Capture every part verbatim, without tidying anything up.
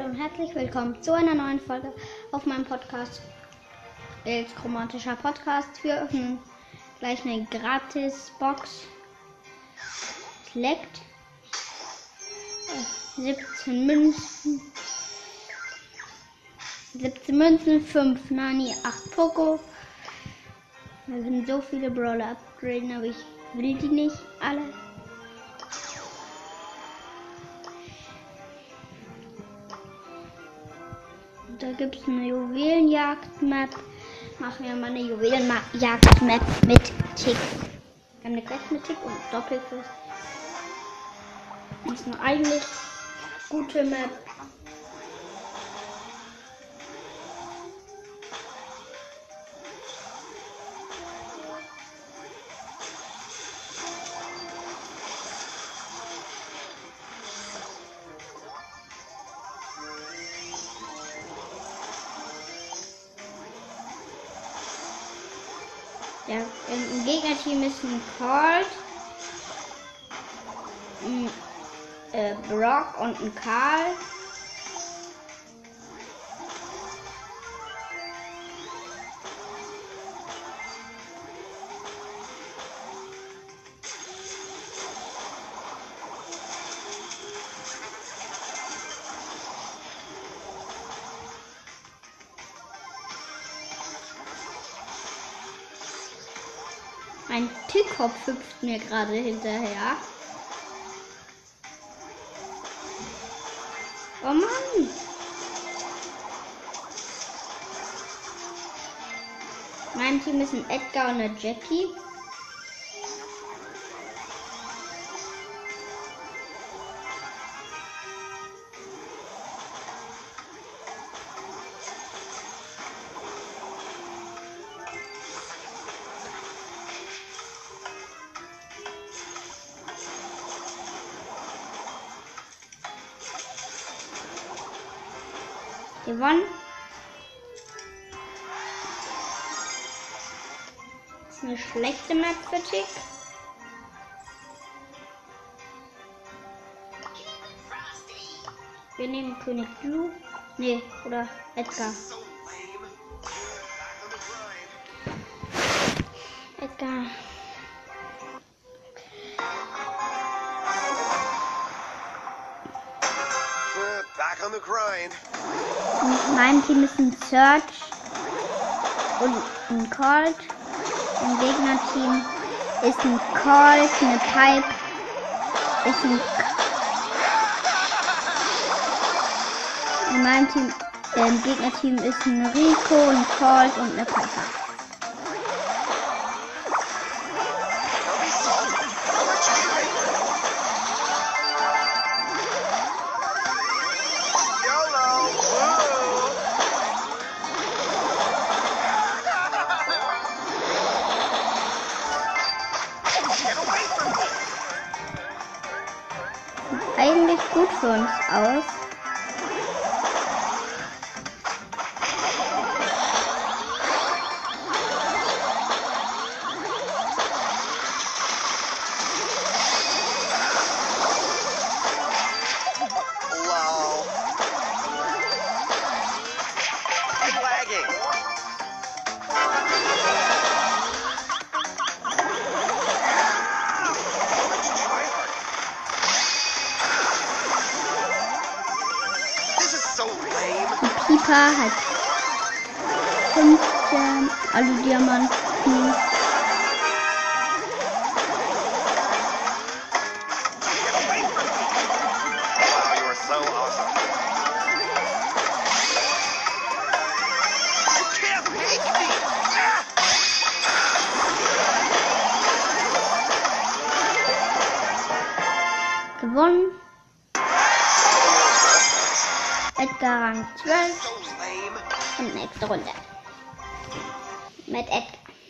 Hallo und herzlich willkommen zu einer neuen Folge auf meinem Podcast. Als chromatischer Podcast. Wir öffnen gleich eine Gratis-Box. Select. siebzehn Münzen. siebzehn Münzen, fünf Nani, acht Poco. Da sind so viele Brawler upgraden, aber ich will die nicht alle. Da gibt es eine Juwelenjagd-Map. Machen wir mal eine Juwelenjagd-Map mit Tick. Wir haben eine Quest mit Tick und Doppelquest. Das ist eine eigentlich gute Map. Ja, im Gegnerteam ist ein Colt, ein äh, Brock und ein Karl. Ein Tickkopf hüpft mir gerade hinterher. Oh Mann! Mein Team ist ein Edgar und eine Jackie. Gewonnen. Das ist eine schlechte Map für Tick. Wir nehmen König Blue. Nee, oder Edgar. Edgar. Back on the grind. Mein Team ist ein Search und ein Colt. Im Gegnerteam ist ein Colt, eine Pipe, ist ein K In meinem Team, äh, im Gegnerteam ist ein Rico, ein Colt und eine Piper. Eigentlich gut für uns aus. Wow. I'm lagging. Die Piper hat fünfzehn Alu-Diamanten. Wow, you are so awesome. You can't make me. Ah! Gewonnen. Edgar Rang zwölf. So lame. Und nächste Runde. Mit Edgar.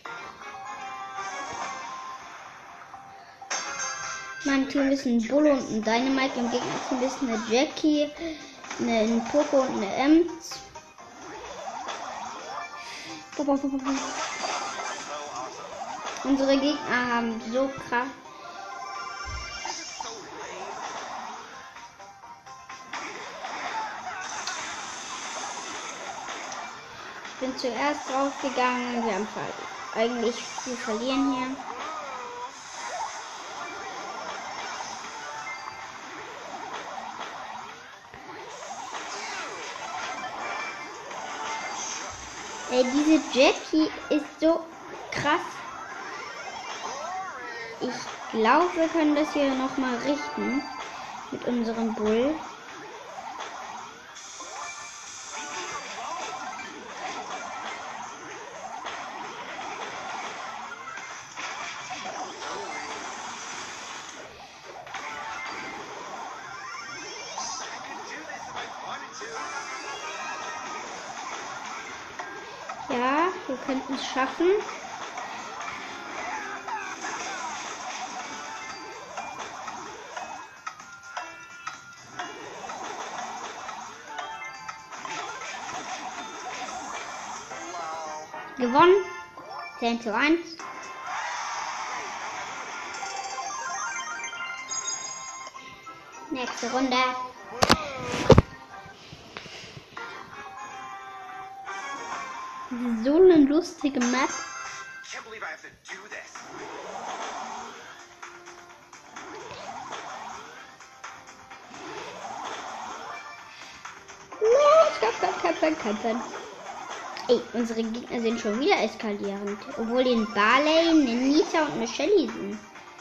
Mein Team ist ein Bull und ein Dynamite. Im Gegnerteam ist eine Jackie, eine, ein Poco und eine Ems. Unsere Gegner haben so krass. bin zuerst draufgegangen. Wir haben ver- eigentlich, wir verlieren hier. Ey, diese Jackie ist so krass. Ich glaube, wir können das hier nochmal richten mit unserem Bull. Ja, wir könnten es schaffen. Gewonnen. zehn zu eins. Nächste Runde. So eine lustige Map. Can't believe I have to do this. Los, kämpfen, kämpfen, kämpfen. Ey, unsere Gegner sind schon wieder eskalierend. Obwohl den Barley, eine Nita und eine Shelly sind.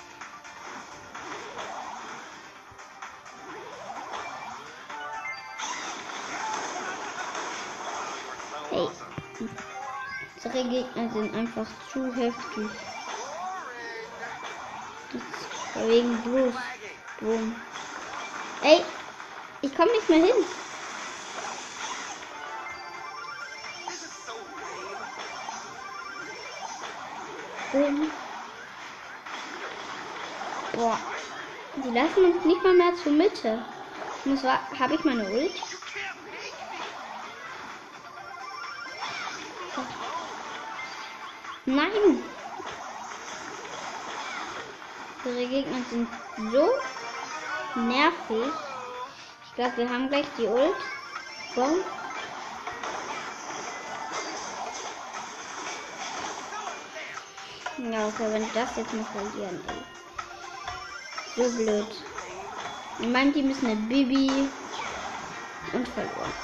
Hey. Unsere Gegner sind einfach zu heftig. Wegen Bruce. Boom. Ey, ich komme nicht mehr hin. Boom. Boah. Die lassen uns nicht mal mehr zur Mitte. Und zwar habe ich meine Ult. Nein! Unsere Gegner sind so nervig. Ich glaube, wir haben gleich die Ult. Boom. Ja, okay, wenn ich das jetzt noch verlieren, ey. So blöd. In meinem Team ist eine Bibi und verloren.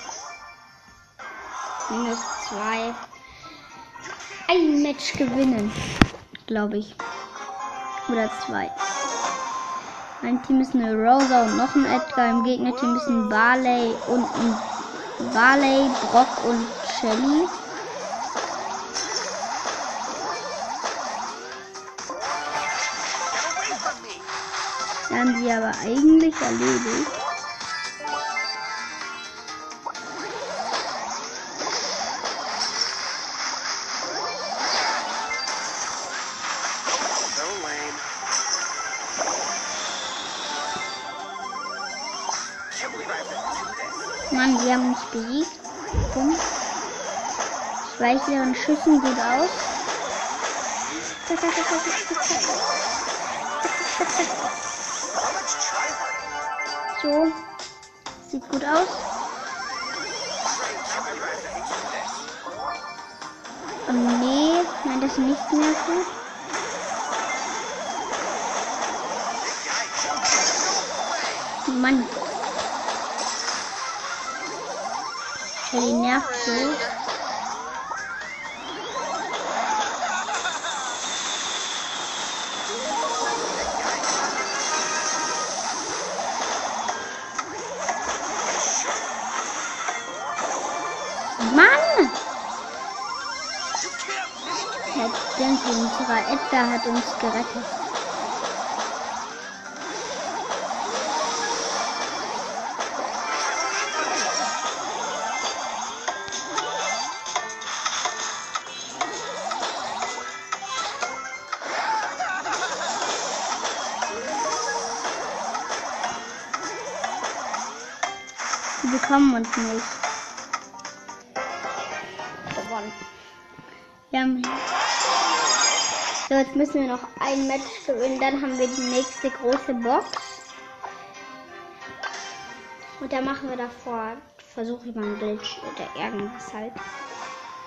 Minus zwei. Ein Match gewinnen, glaube ich. Oder zwei. Mein Team ist eine Rosa und noch ein Edgar. Im Gegnerteam ist ein Barley und ein Barley, Brock und Shelly. Wir haben die aber eigentlich erledigt. Mann, die haben uns besiegt. Bumm. Ich weiche ihren Schüssen gut aus. So. Sieht gut aus. Oh nee, nein, das ist nicht mehr gut. Mann. Die nervt so. Mann! Herr Denke, unserer Edgar hat uns gerettet. Die bekommen uns nicht. Gewonnen. Wir haben so, jetzt müssen wir noch ein Match gewinnen, dann haben wir die nächste große Box. Und da machen wir davor, versuche ich mal ein Glitch oder irgendwas halt.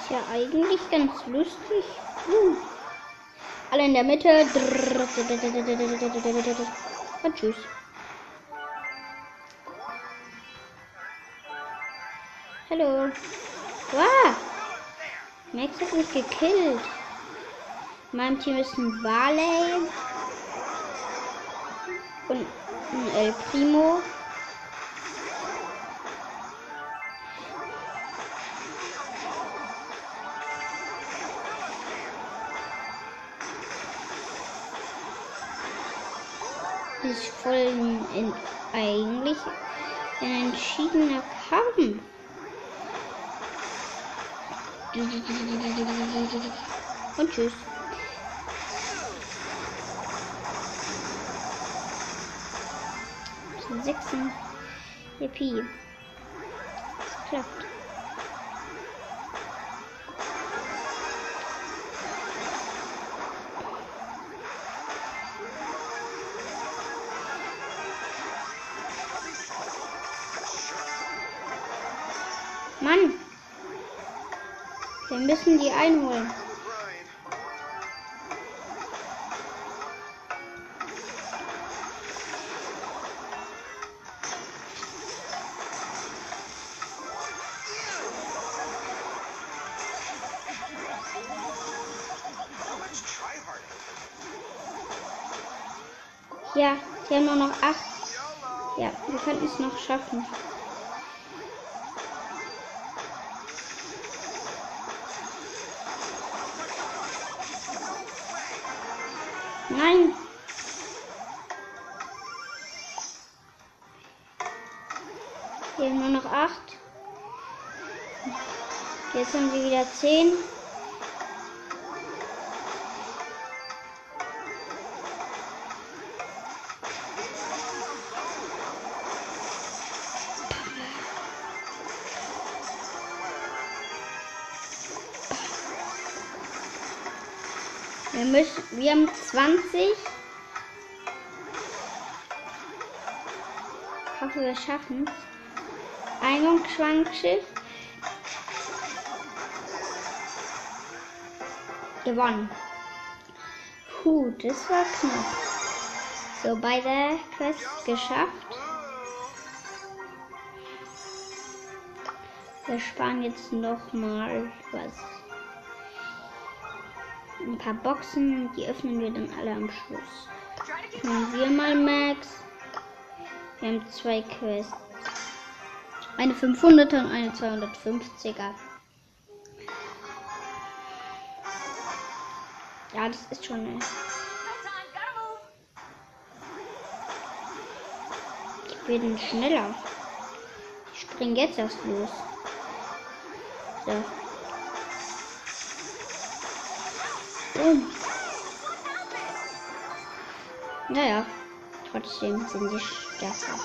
Ist ja eigentlich ganz lustig. Uh. Alle in der Mitte. Und tschüss. Hallo. Wow. Max hat mich gekillt. In meinem Team ist ein Barley. Und ein El Primo. Das ist voll in, in eigentlich ein entschiedener Kampf. Und tschüss. Sechsen. Yippie. Es klappt. Mann! Wir müssen die einholen. Ja, wir haben nur noch acht. Ja, wir könnten es noch schaffen. Nein! Wir haben nur noch acht. Jetzt haben sie wieder zehn. Wir müssen, wir haben zwanzig. Ich hoffe, wir schaffen es. Eingangsschwankschiff. Gewonnen. Puh, das war knapp. So, beide Quests geschafft. Wir sparen jetzt noch mal was. Ein paar Boxen, die öffnen wir dann alle am Schluss. Nehmen wir mal Max. Wir haben zwei Quests. Eine fünfhunderter und eine zweihundertfünfziger. Ja, das ist schon eine. Ich werde schneller. Ich spring jetzt erst los. So. Boom. Naja, trotzdem sind sie stärker.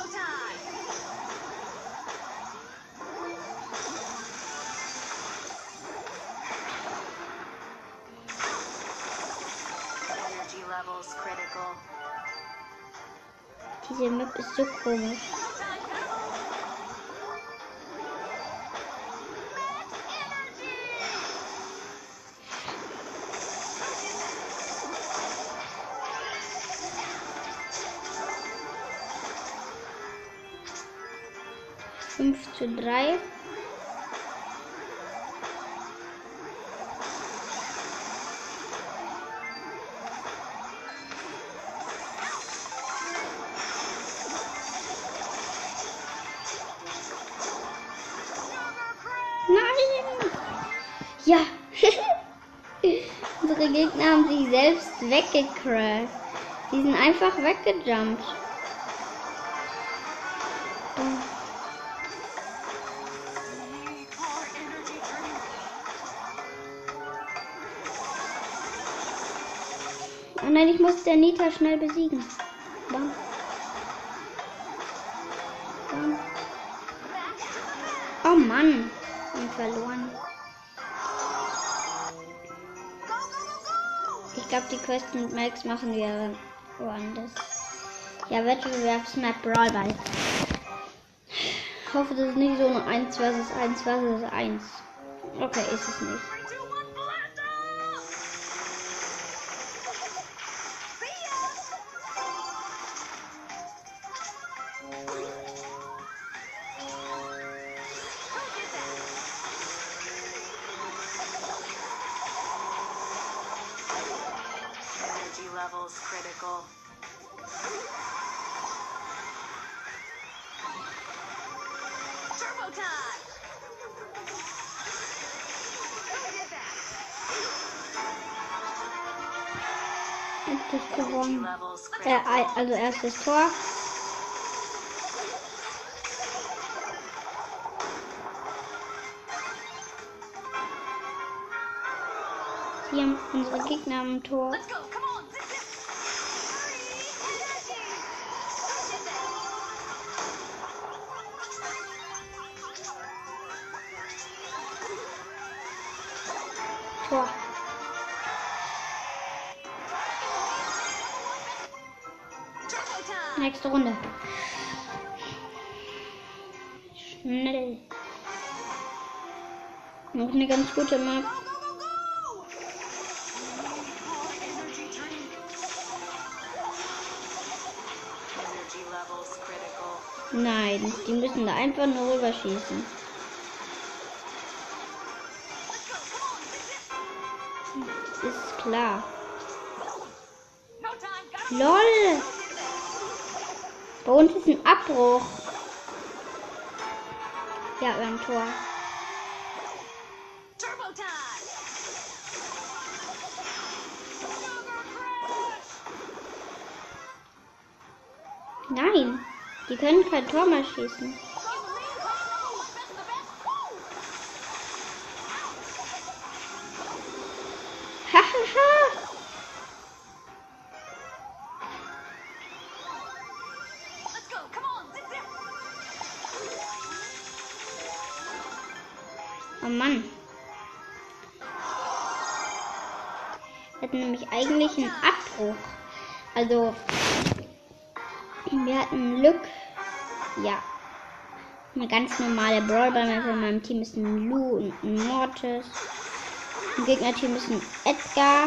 Diese Map ist so komisch. fünf zu drei. Nein! Ja! Unsere Gegner haben sich selbst weggecrashed. Die sind einfach weggejumpt. Oh nein, ich muss der Nita schnell besiegen. Bam. Bam. Oh Mann, wir haben verloren. Ich glaube, die Quest mit Max machen wir woanders. Ja, Wettbewerbsmap Brawl Ball. Ich hoffe, das ist nicht so ein eins versus eins versus eins. Okay, ist es nicht. levels critical. Turbo time! Endlich gewonnen. Levels Äh, critical. ei- also erstes Tor. Hier haben unsere Gegner am Tor. Let's go, come on! Zip, zip. Hurry! Energy! Who did that? Tor. Turbo time! Nächste Runde. Schnell. Noch eine ganz gute Map. Go, go, go, go! More energy drink. Energy levels critical. Nein, die müssen da einfach nur rüberschießen. Let's go, come on! Zip, zip. Ist klar. No time, gotta LOL! Bei uns ist ein Abbruch. Ja, ein Tor. Turbo time! Sugar crash! Nein, die können kein Tor mehr schießen. Hahaha! Let's go, come on, zip zip! Oh Mann. Wir hatten nämlich eigentlich einen Abbruch. Also, wir hatten Glück. Ja. Eine ganz normale Brawler-Map. In meinem Team ist ein Lu und ein Mortis. Im Gegnerteam ist ein Edgar.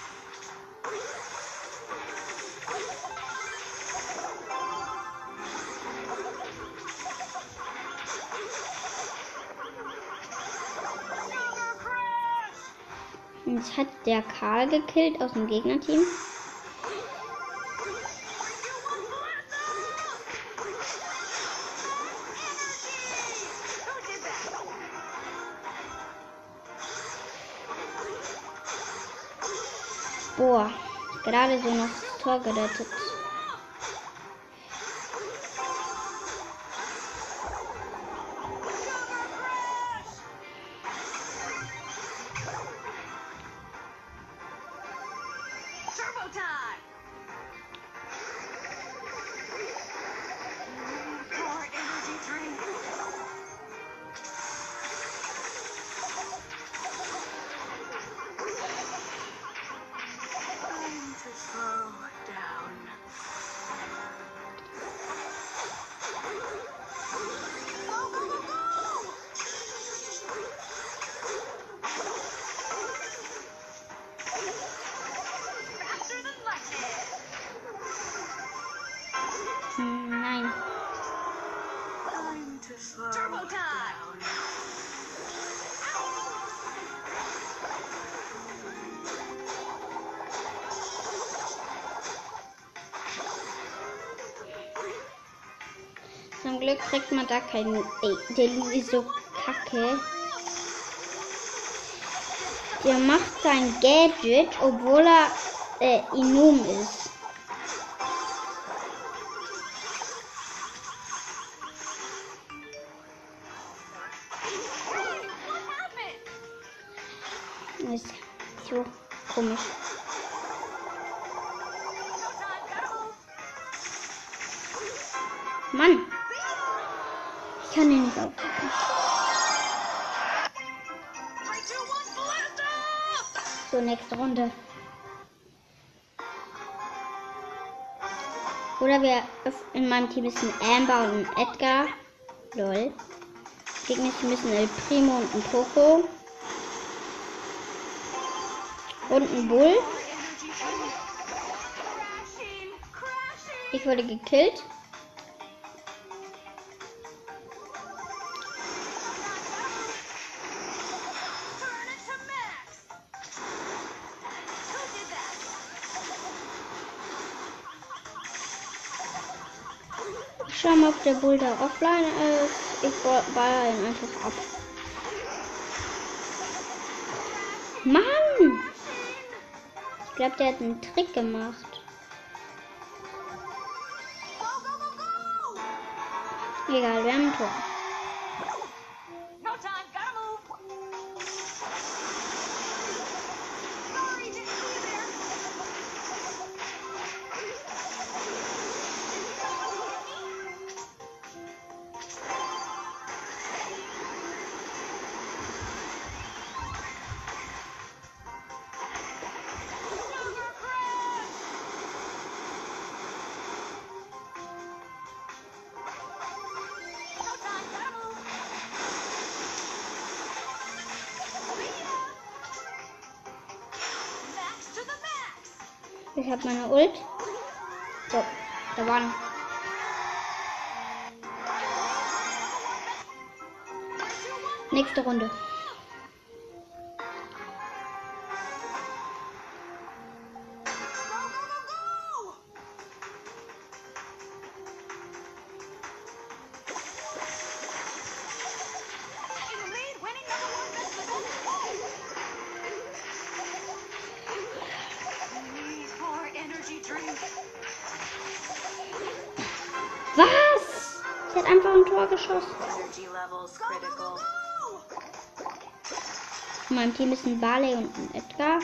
Und jetzt hat der Karl gekillt aus dem Gegnerteam. Boah, gerade so noch das Tor gerettet. Turbo time! More energy drink. Time to slow down. Go, go, go, go! Faster than lightning. Hm, nein. Time to slow Turbo time! Zum Glück kriegt man da keinen. Ey, der Lu ist so kacke. Der macht sein Gadget, obwohl er äh, Inum ist. What happened? Das ist so komisch. No time, gotta move. Mann! Ich kann den nicht aufpassen. Three, two, one, blast off! So, nächste Runde. Oder wir in meinem Team ist ein Amber und ein Edgar. Lol. Gegnerteam ist ein El Primo und ein Poco. Und ein Bull. Energy drink. Crashing, crashing. Ich wurde gekillt. Turn it to max. Who did that? Schau mal, ob der Bull da offline ist. Ich baller ihn einfach ab. Mann! Ich glaube, der hat einen Trick gemacht. Egal, wir haben ein Tor. No time, gotta move. Sorry, didn't see you there. Sugar Crash! No time, gotta move. See ya. Max to the max. Ich habe meine Ult. So, da war noch. Nächste Runde. Go, go, go, go! In the lead, winning number one best of Need more energy drink. Was? Sie hat einfach ein Tor geschossen. Energy levels critical. In meinem Team ist ein Barley und ein Edgar.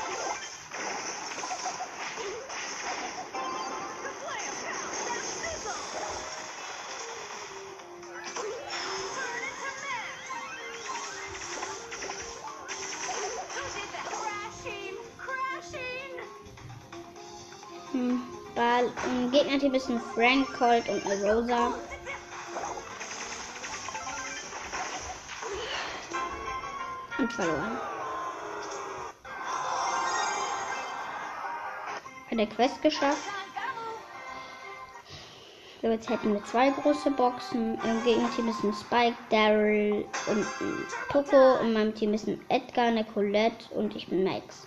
Hm, Ball. Im Gegnerteam ist ein Frank, Colt und eine Rosa. Und verloren. Hat der Quest geschafft. So, jetzt hätten wir zwei große Boxen. Im Gegenteam ist ein Spike, Daryl und ein Poco. In meinem Team ist ein Edgar, eine Colette und ich bin Max.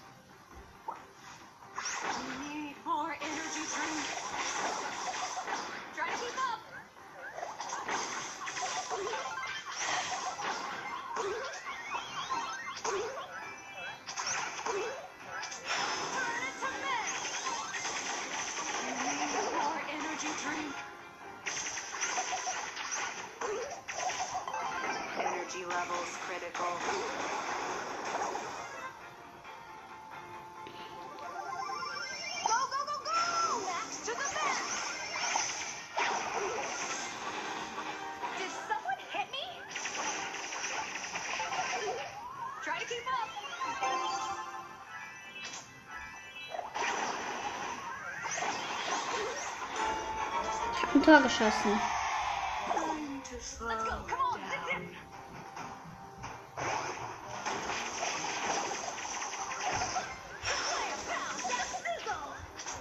Need more energy drink. Try to keep up. Turn it to Max. Need more energy drink. Energy levels critical. Go, go, go, go! Max to the max! Did someone hit me? Try to keep up. Ich habe ein Tor geschossen. Let's go, come on, zip, zip. Player found, that sizzle.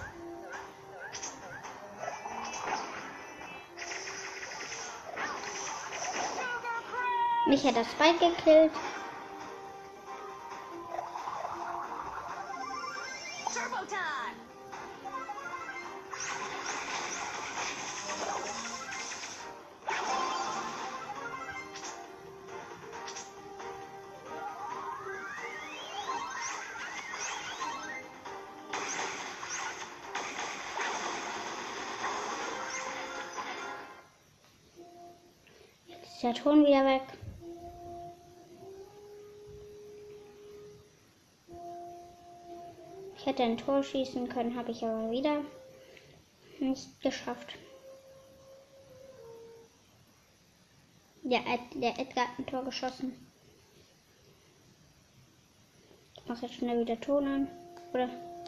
Sugar Crash! Mich hat der Spike gekillt. Turbo time! Jetzt ist der Ton wieder weg. Ich hätte ein Tor schießen können, habe ich aber wieder nicht geschafft. Der, Ed, der Edgar hat ein Tor geschossen. Ich mache jetzt schnell wieder Ton an. Oder?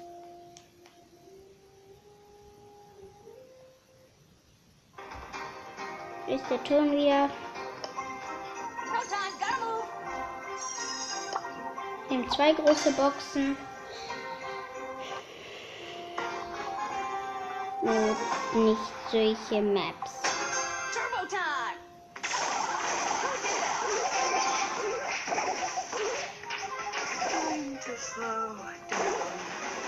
Ist der Ton wieder? No time, gotta move. Wir haben zwei große Boxen. Und nicht solche Maps. Turbo time! Time to slow down.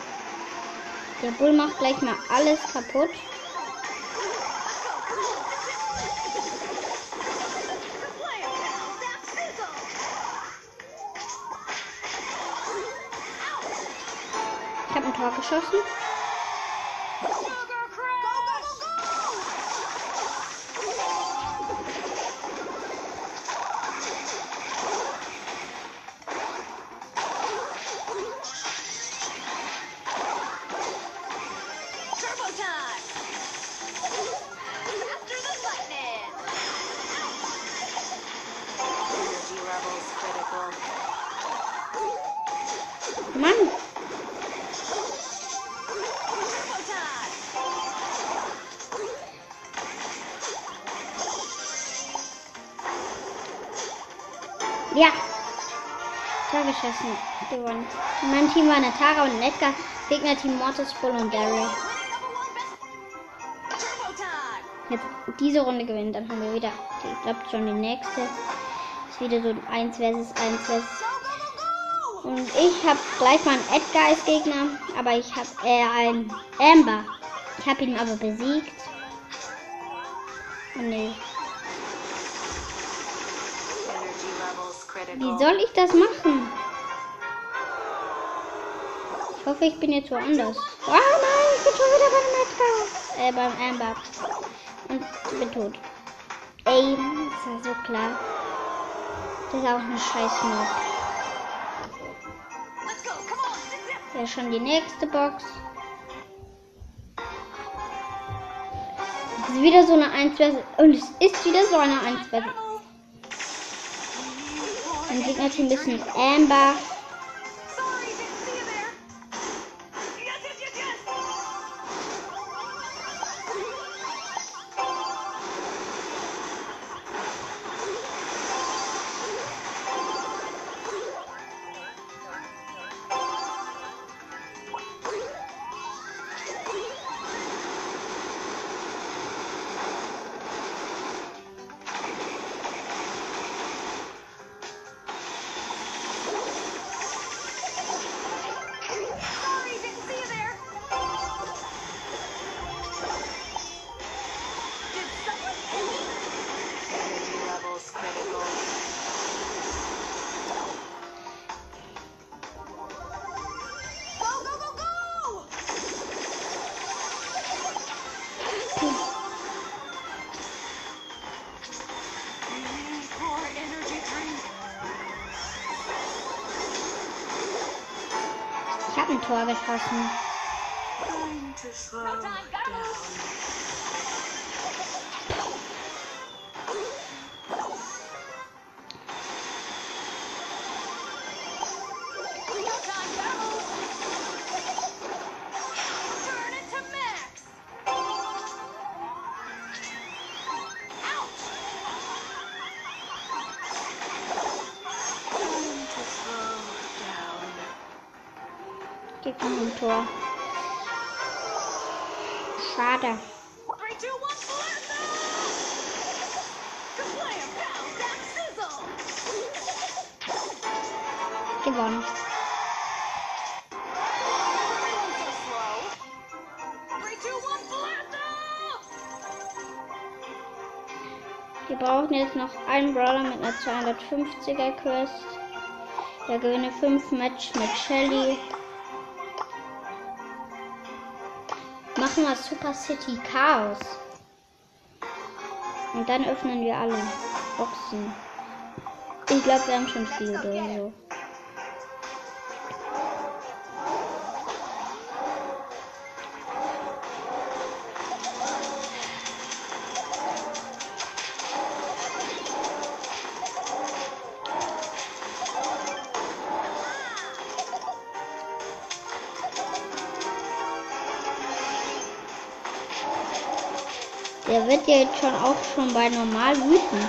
Der Bull macht gleich mal alles kaputt. Let's go, come on, zip, zip. Tor geschossen. Sugar Crash! Go, go, go, go! Turbo time! Faster than lightning! Energy levels critical. Mann, Turbo time! ja. Tor geschossen. Gewonnen. Mein Team war Natara und Edgar. Gegnerteam Mortis, Bull und Daryl. Winning number one best. Turbo time! Jetzt diese Runde gewinnen, dann haben wir wieder, ich glaube schon die nächste. Ist wieder so ein eins versus eins versus. Go, go, go, go! Und ich habe gleich mal einen Edgar als Gegner, aber ich habe äh, einen Amber. Ich habe ihn aber besiegt. Oh nee. Energy levels critical. Wie soll ich das machen? Ich hoffe, ich bin jetzt woanders. Oh nein, ich bin schon wieder beim Edgar. Äh, beim Amber. Und bin tot. Ey, das war so klar. Das ist auch eine scheiß Noob. Let's go, come on, zip, zip. Ja, schon die nächste Box. Es ist wieder so eine eins versus. Und es ist wieder so eine eins versus. Mein Gegnerteam ist ein Amber. Sorry, didn't see you there. Yes, yes, yes, yes. Sorry, didn't see you there. Did someone hit me? Energy levels critical. Go, go, go, go! More energy drink. Ich habe ein Tor geschossen. Time to slow No time, gotta down. No time, gotta move. Turn it to max. Ouch! Time to slow down. Gibt noch ein Tor. Schade. Three, two, one, blast off! Kablam, pow, that sizzle! Gewonnen. Everyone's so slow. Three, two, one, blast off! Wir brauchen jetzt noch einen Brawler mit einer zweihundertfünfziger Quest. Der gewinne fünf Match mit Shelly. Machen wir Super City Chaos. Und dann öffnen wir alle Boxen. Ich glaube, wir haben schon viel oder so. Der wird ja jetzt schon auch schon bei normal wütend.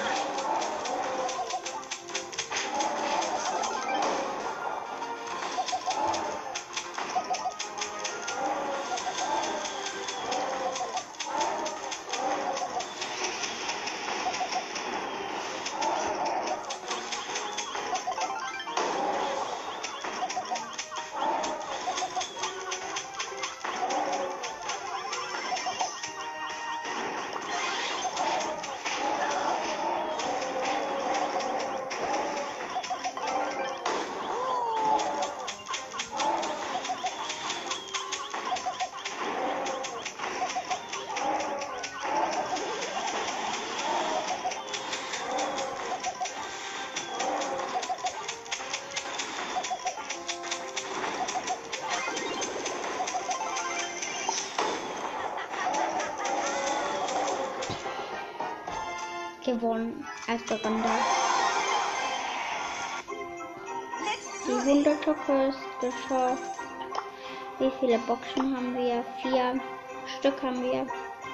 gewonnen. Erste Runde. Let's Die do this. hunderter Quest geschafft. Wie viele Boxen haben wir? Vier Stück haben wir.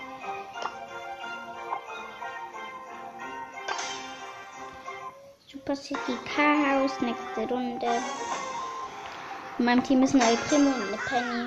Super City Chaos, nächste Runde. In meinem Team ist eine El Primo und eine Penny.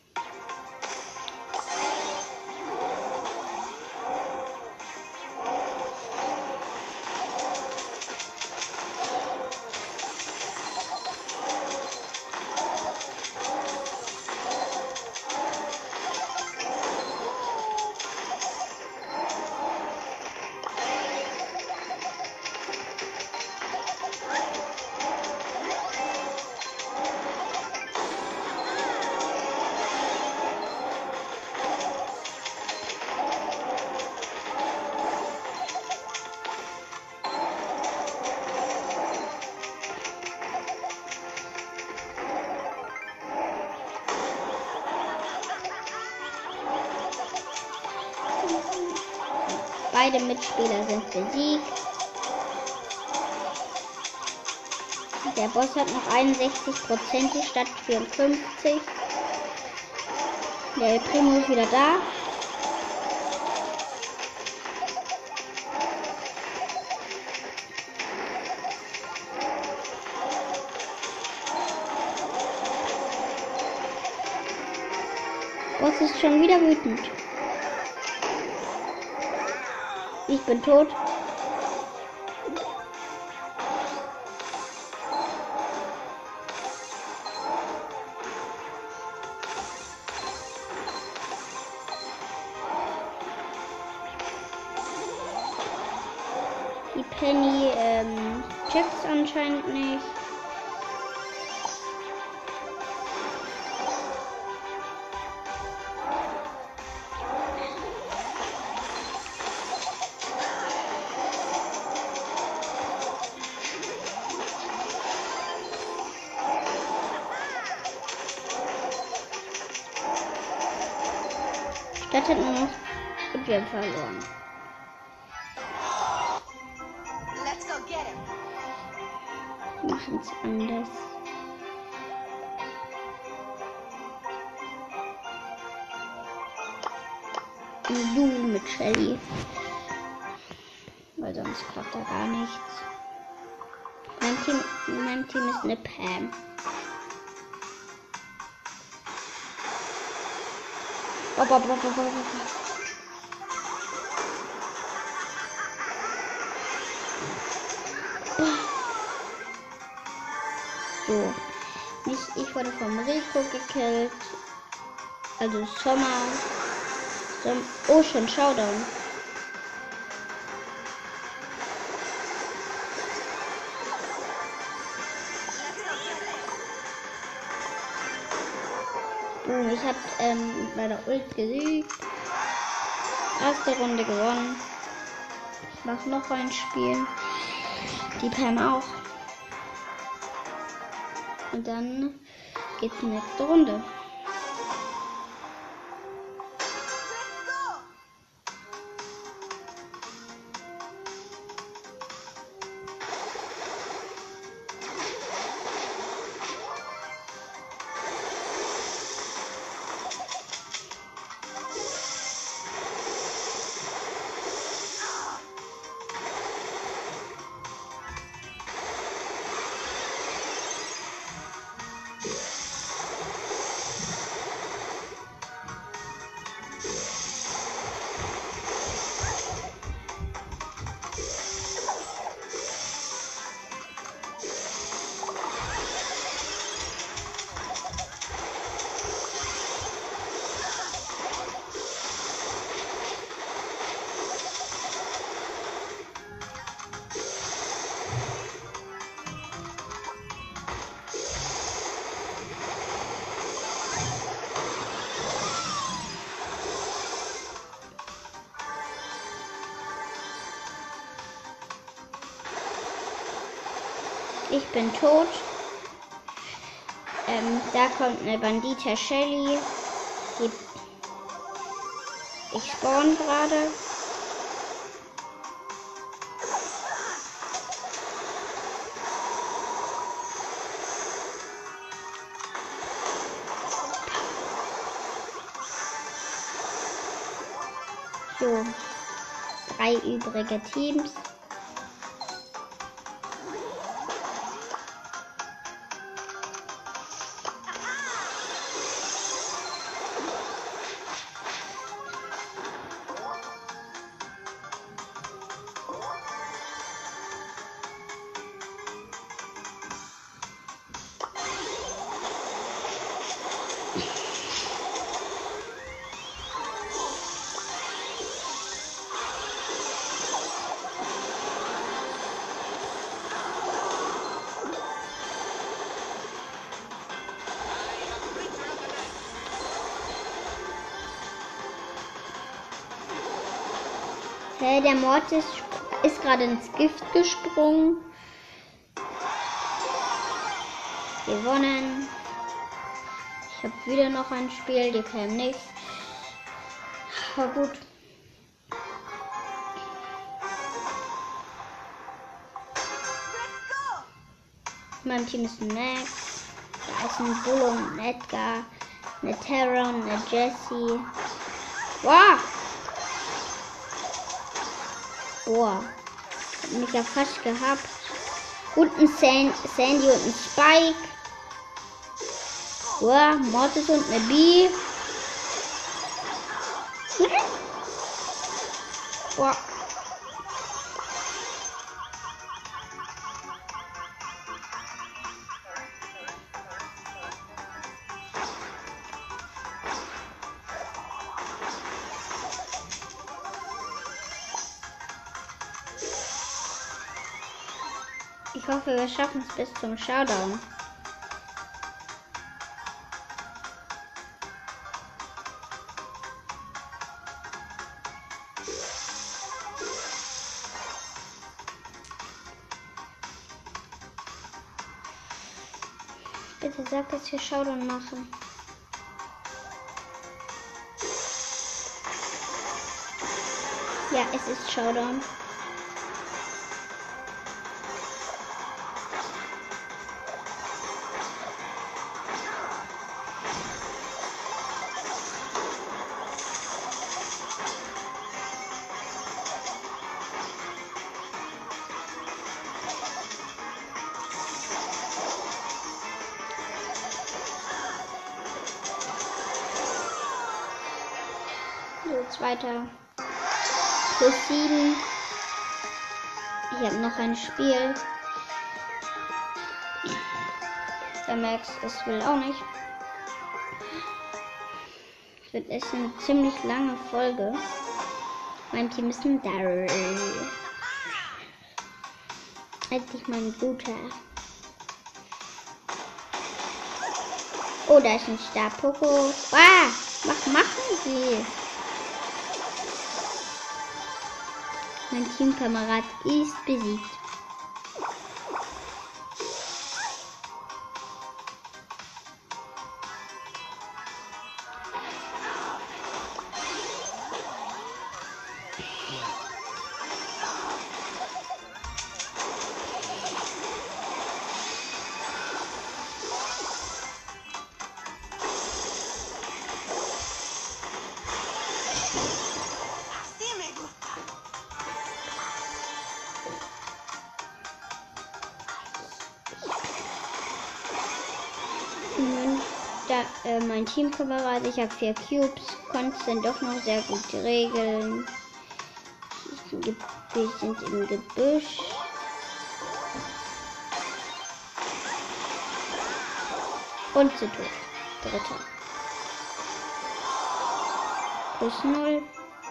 Beide Mitspieler sind besiegt. Der Boss hat noch einundsechzig Prozent statt vierundfünfzig. Der El Primo ist wieder da. Boss ist schon wieder wütend. Ich bin tot. Die Penny ähm, checkt's anscheinend nicht. Das hat nur noch und wir haben verloren. Let's go get him. Wir machen es anders. Du mit Shelly. Weil sonst klappt da gar nichts. Mein Team, mein Team ist eine Pam. Oh, oh, oh, oh, oh, oh. So. Nicht, ich wurde vom Rico gekillt. Also Sommer. Som oh, schon Showdown. Oh, ich habe ähm, bei der Ult gesiegt. Erste Runde gewonnen. Ich mache noch ein Spiel. Die Pam auch. Und dann geht's in die nächste Runde. Ich bin tot. Ähm, da kommt eine Bandita Shelly. Die ich spawn gerade. So, drei übrige Teams. Hey, der Mortis ist gerade ins Gift gesprungen. Gewonnen. Ich habe wieder noch ein Spiel, die kämen nicht. Aber gut. In meinem Team ist ein Max. Da ist ein Bull und ein Edgar. Eine Terra und eine Jessie. Wow! Boah, hab mich ja fast gehabt. Und ein San Sandy und ein Spike. Boah, Mortis und eine Bee. Boah. Ich hoffe, wir schaffen es bis zum Showdown. Bitte sag, dass wir Showdown machen. Ja, es ist Showdown. Zweiter. Plus sieben. Ich habe noch ein Spiel. Der Max, es will auch nicht. Es wird echt eine ziemlich lange Folge. Mein Team ist ein Daryl. Endlich mal ein guter. Oh, da ist ein Star Poco. Ah, was machen sie? Mein Teamkamerad ist besiegt. Da, äh, mein Teamkamerad, ich habe vier Cubes, konnte es dann doch noch sehr gut regeln. Wir sind im Gebüsch. Und sind tot. Dritter. Plus null.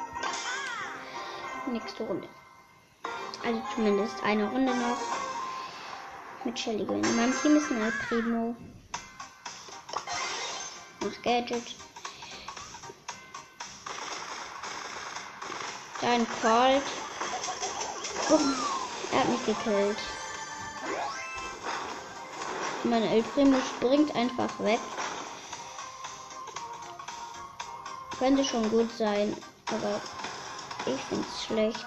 Nächste Runde. Also zumindest eine Runde noch. Mit Shelly gewinnen. In meinem Team ist ein El Primo. Noch Gadget. Da ein Colt. Oh, er hat mich gekillt. Mein El Primo springt einfach weg. Könnte schon gut sein, aber ich finde es schlecht.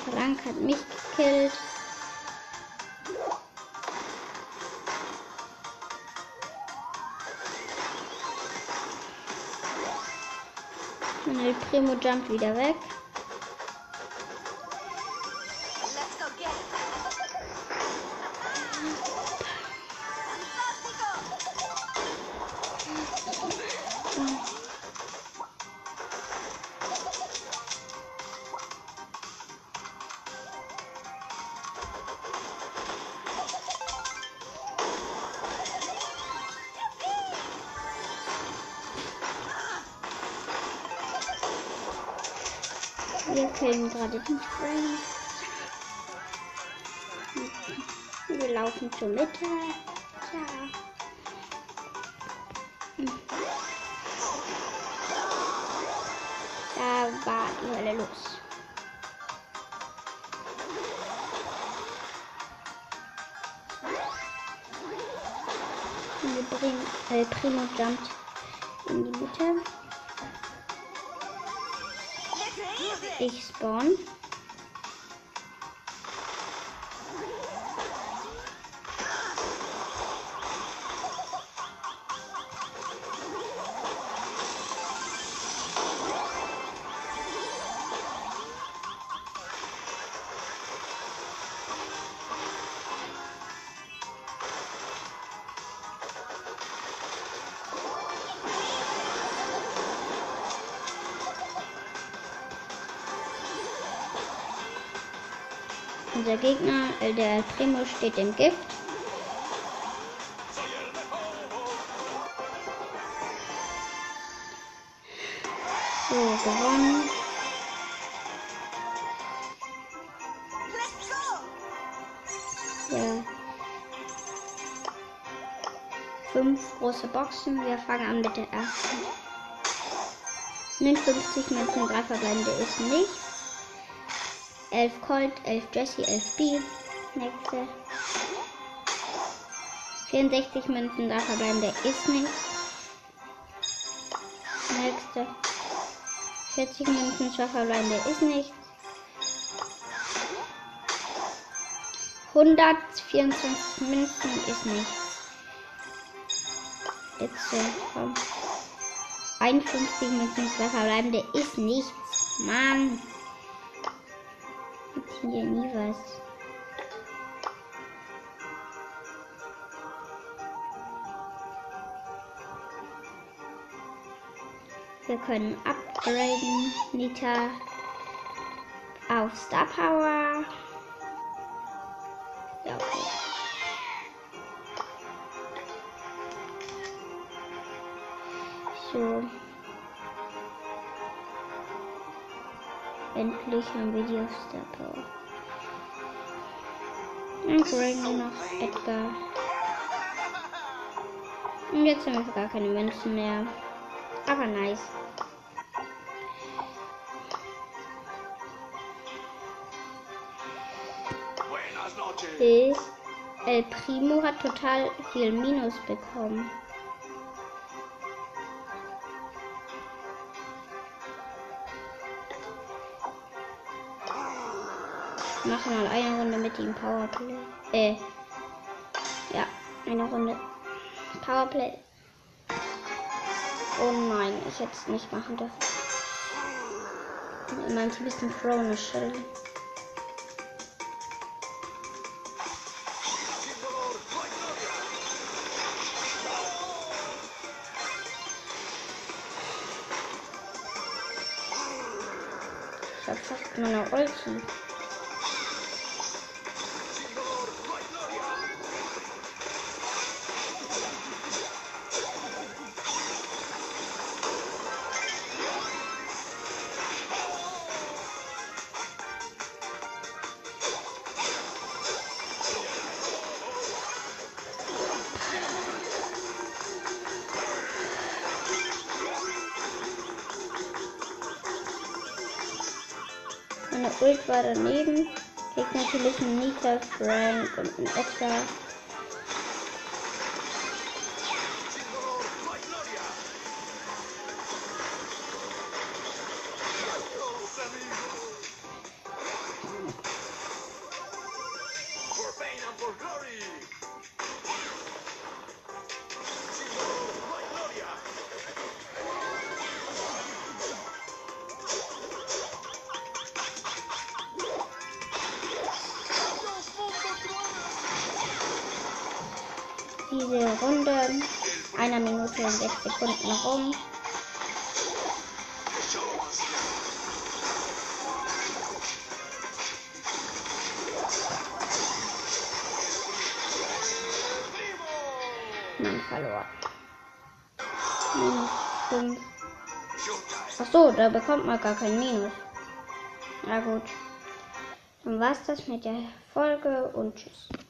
Frank hat mich gekillt. Und El Primo jumpt wieder weg. Let's go get it. Wir killen gerade den Frank. Wir laufen zur Mitte. Ja. Da war die Hölle los. Und wir bringen El Primo jumpt in die Mitte. Ich spawn. Unser Gegner, äh, der El Primo, steht im Gift. So, gewonnen. Ja. Fünf große Boxen. Wir fangen an mit der ersten. neunundfünfzig Münzen, drei verbleibende ist nicht. elf Colt, elf Jesse, elf B. Nächste. vierundsechzig Münzen, drei verbleibende ist nicht. Nächste. vierzig Münzen, zwei verbleibende ist nicht. hundertvierundzwanzig Münzen ist nicht. Jetzt äh, komm. einundfünfzig Münzen, zwei verbleibende ist nichts. Mann. Jetzt hier nie was. Wir können upgraden. Nita auf Star Power. Ja, okay. So. Endlich haben wir die auf Star Power. Dann graden wir noch Edgar. Und jetzt haben wir gar keine Münzen mehr. Aber nice. Buenas noches. El Primo hat total viel Minus bekommen. Wir machen mal eine Runde mit ihm Powerplay. Äh. Ja, eine Runde Powerplay. Oh nein, ich hätte es nicht machen dürfen. In meinem Team ist ein Throne Shell. Ich hab fast meine Ulti. Meine Ult war daneben. Kriegt natürlich einen Nita, Frank und einen Edgar. for glory. Timo for Gloria. Diese Runde, einer Minute und sechs Sekunden rum. Man verlor. Minus fünf. Achso, da bekommt man gar kein Minus. Na gut. Dann war's das mit der Folge und tschüss.